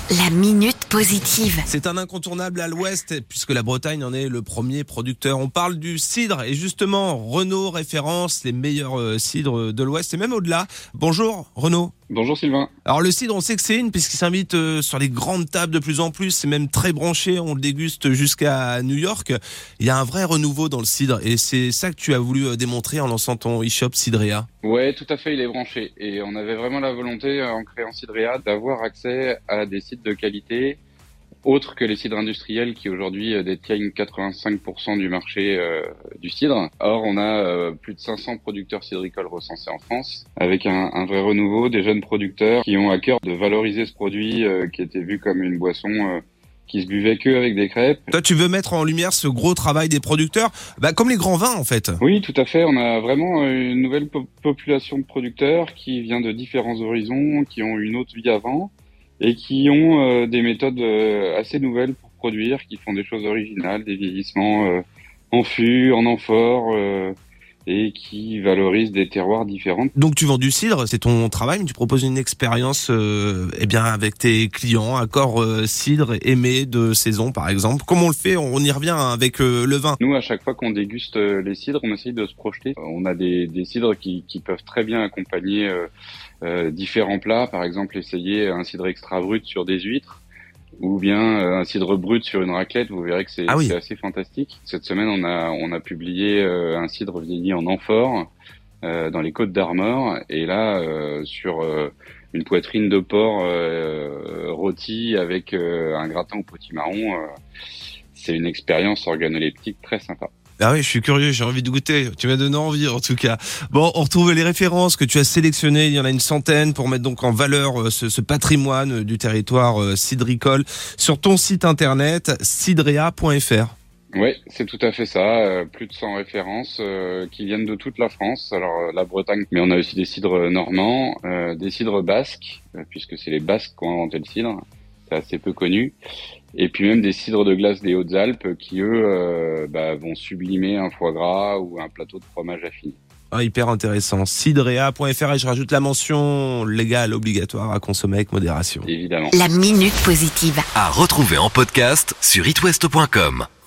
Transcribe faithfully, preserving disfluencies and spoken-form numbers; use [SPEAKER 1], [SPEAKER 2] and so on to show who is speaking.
[SPEAKER 1] La minute positive.
[SPEAKER 2] C'est un incontournable à l'ouest puisque la Bretagne en est le premier producteur. On parle du cidre et justement Renaud référence les meilleurs euh, cidres de l'ouest et même au-delà. Bonjour Renaud.
[SPEAKER 3] Bonjour Sylvain.
[SPEAKER 2] Alors le cidre, on sait que c'est une puisqu'il s'invite euh, sur les grandes tables de plus en plus. C'est même très branché, on le déguste jusqu'à New York. Il y a un vrai renouveau dans le cidre et c'est ça que tu as voulu euh, démontrer en lançant ton e-shop Cidrea.
[SPEAKER 3] Ouais, tout à fait, il est branché. Et on avait vraiment la volonté, en créant Cidrea, d'avoir accès à des cidres de qualité autres que les cidres industriels qui aujourd'hui détiennent quatre-vingt-cinq pour cent du marché euh, du cidre. Or, on a euh, plus de cinq cents producteurs cidricoles recensés en France, avec un, un vrai renouveau, des jeunes producteurs qui ont à cœur de valoriser ce produit euh, qui était vu comme une boisson euh, qui se buvait que avec des crêpes.
[SPEAKER 2] Toi, tu veux mettre en lumière ce gros travail des producteurs, bah, comme les grands vins en fait.
[SPEAKER 3] Oui, tout à fait. On a vraiment une nouvelle po- population de producteurs qui vient de différents horizons, qui ont une autre vie avant et qui ont euh, des méthodes euh, assez nouvelles pour produire, qui font des choses originales, des vieillissements euh, en fût, en amphore, euh, et qui valorisent des terroirs différents.
[SPEAKER 2] Donc tu vends du cidre, c'est ton travail, mais tu proposes une expérience euh, eh bien avec tes clients, accord euh, cidre aimé de saison par exemple. Comme on le fait, on y revient hein, avec euh, le vin.
[SPEAKER 3] Nous, à chaque fois qu'on déguste euh, les cidres, on essaye de se projeter. On a des, des cidres qui, qui peuvent très bien accompagner euh, euh, différents plats. Par exemple, essayer un cidre extra brut sur des huîtres, ou bien euh, un cidre brut sur une raclette. Vous verrez que c'est,
[SPEAKER 2] Ah oui.
[SPEAKER 3] c'est assez fantastique. Cette semaine, on a on a publié euh, un cidre vieilli en amphore euh, dans les Côtes d'Armor, et là euh, sur euh, une poitrine de porc euh, rôti avec euh, un gratin au potimarron. Euh, c'est une expérience organoleptique très sympa.
[SPEAKER 2] Ah oui, je suis curieux, j'ai envie de goûter. Tu m'as donné envie en tout cas. Bon, on retrouve les références que tu as sélectionnées. Il y en a une centaine pour mettre donc en valeur euh, ce, ce patrimoine du territoire euh, cidricole sur ton site internet cidrea point f r.
[SPEAKER 3] Oui, c'est tout à fait ça. Euh, plus de cent références euh, qui viennent de toute la France. Alors euh, la Bretagne, mais on a aussi des cidres normands, euh, des cidres basques, euh, puisque c'est les Basques qui ont inventé le cidre. C'est assez peu connu. Et puis même des cidres de glace des Hautes-Alpes qui, eux, euh, bah, vont sublimer un foie gras ou un plateau de fromage affiné.
[SPEAKER 2] Ah, hyper intéressant. cidrea point f r et je rajoute la mention légale obligatoire à consommer avec modération.
[SPEAKER 3] Évidemment.
[SPEAKER 1] La minute positive.
[SPEAKER 4] À retrouver en podcast sur it west point com.